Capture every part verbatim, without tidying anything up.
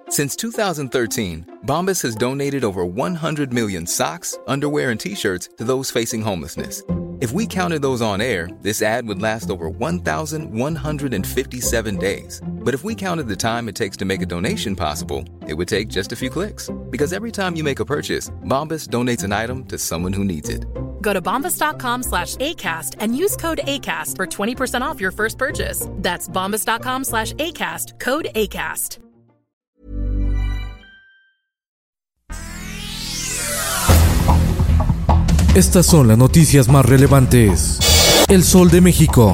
Since two thousand thirteen, Bombas has donated over one hundred million socks, underwear, and T-shirts to those facing homelessness. If we counted those on air, this ad would last over one thousand one hundred fifty-seven days. But if we counted the time it takes to make a donation possible, it would take just a few clicks. Because every time you make a purchase, Bombas donates an item to someone who needs it. Go to bombas.com slash ACAST and use code ACAST for twenty percent off your first purchase. That's bombas.com slash ACAST, code ACAST. Estas son las noticias más relevantes. El Sol de México.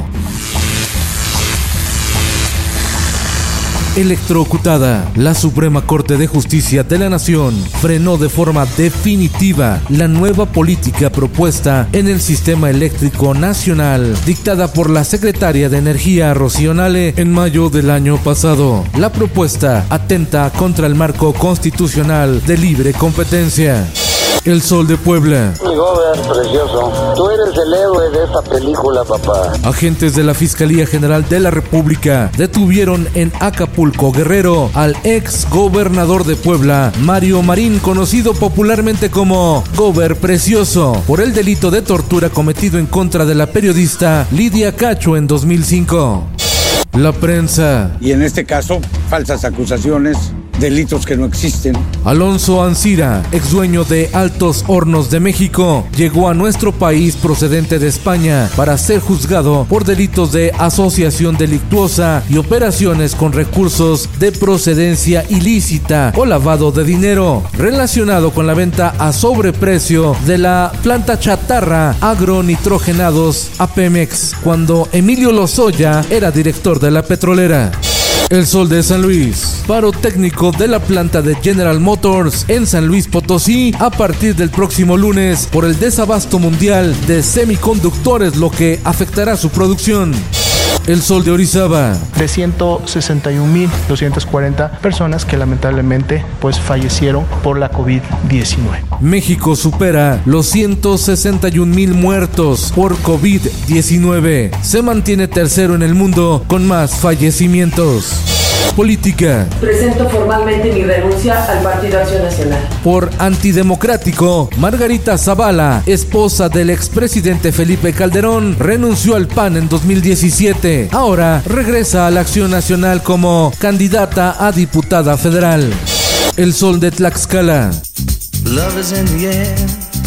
Electrocutada. La Suprema Corte de Justicia de la Nación frenó de forma definitiva la nueva política propuesta en el sistema eléctrico nacional, dictada por la secretaria de Energía, Rocío Nale, en mayo del año pasado. La propuesta atenta contra el marco constitucional de libre competencia. El Sol de Puebla. Mi Gober, precioso. Tú eres el héroe de esta película, papá. Agentes de la Fiscalía General de la República detuvieron en Acapulco, Guerrero, al ex gobernador de Puebla, Mario Marín, conocido popularmente como Gober Precioso, por el delito de tortura cometido en contra de la periodista Lidia Cacho en dos mil cinco. La prensa. Y en este caso, falsas acusaciones, delitos que no existen. Alonso Ancira, ex dueño de Altos Hornos de México, llegó a nuestro país procedente de España para ser juzgado por delitos de asociación delictuosa y operaciones con recursos de procedencia ilícita o lavado de dinero, relacionado con la venta a sobreprecio de la planta chatarra agronitrogenados a Pemex, cuando Emilio Lozoya era director de la petrolera. El Sol de San Luis. Paro técnico de la planta de General Motors en San Luis Potosí a partir del próximo lunes por el desabasto mundial de semiconductores, lo que afectará su producción. El Sol de Orizaba. De ciento sesenta y un mil doscientas cuarenta personas que lamentablemente pues fallecieron por la COVID diecinueve. México supera los ciento sesenta y un mil muertos por COVID diecinueve. Se mantiene tercero en el mundo con más fallecimientos. Política. Presento formalmente mi renuncia al Partido Acción Nacional. Por antidemocrático, Margarita Zavala, esposa del expresidente Felipe Calderón, renunció al P A N en dos mil diecisiete. Ahora regresa a la Acción Nacional como candidata a diputada federal. El Sol de Tlaxcala. Love is in the air.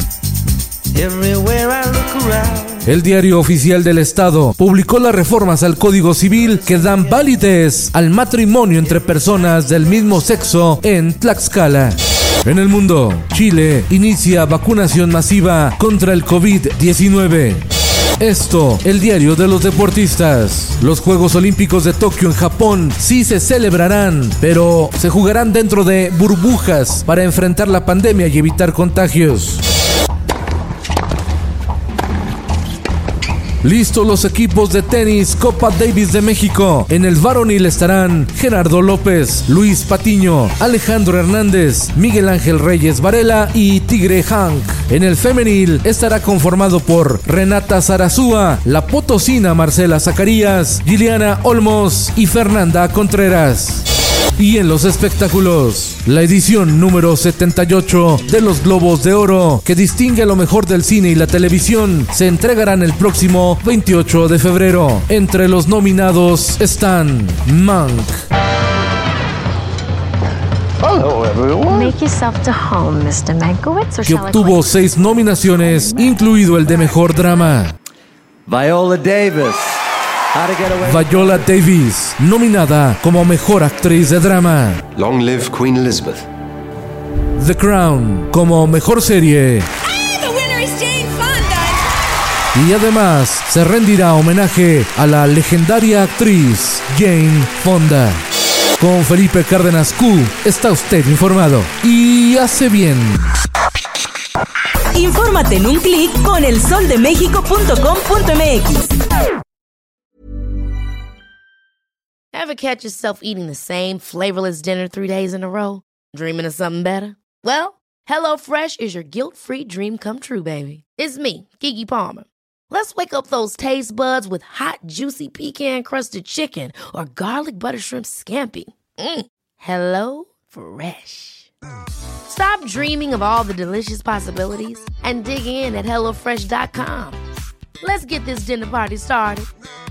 Everywhere I look around. El Diario Oficial del Estado publicó las reformas al Código Civil que dan validez al matrimonio entre personas del mismo sexo en Tlaxcala. En el mundo, Chile inicia vacunación masiva contra el COVID diecinueve. Esto, el diario de los deportistas. Los Juegos Olímpicos de Tokio en Japón sí se celebrarán, pero se jugarán dentro de burbujas para enfrentar la pandemia y evitar contagios. Listos los equipos de tenis Copa Davis de México. En el varonil estarán Gerardo López, Luis Patiño, Alejandro Hernández, Miguel Ángel Reyes Varela y Tigre Hank. En el femenil estará conformado por Renata Zarazúa, la potosina Marcela Zacarías, Giliana Olmos y Fernanda Contreras. Y en los espectáculos, la edición número setenta y ocho de los Globos de Oro, que distingue lo mejor del cine y la televisión, se entregarán el próximo veintiocho de febrero. Entre los nominados están Mank. Make yourself to home, mister Mankiewicz, or que shall I obtuvo wait? seis nominaciones, incluido el de Mejor Drama. Viola Davis. Viola Davis, nominada como Mejor Actriz de Drama. Long live Queen Elizabeth. The Crown, como Mejor Serie. Y además se rendirá homenaje a la legendaria actriz Jane Fonda. Con Felipe Cárdenas Q está usted informado y hace bien. Infórmate en un clic con el sol de méxico punto com punto m x. Ever catch yourself eating the same flavorless dinner three days in a row? Dreaming of something better? Well, HelloFresh is your guilt-free dream come true, baby. It's me, Keke Palmer. Let's wake up those taste buds with hot, juicy pecan-crusted chicken or garlic butter shrimp scampi. Mm. Hello Fresh. Stop dreaming of all the delicious possibilities and dig in at hello fresh dot com. Let's get this dinner party started.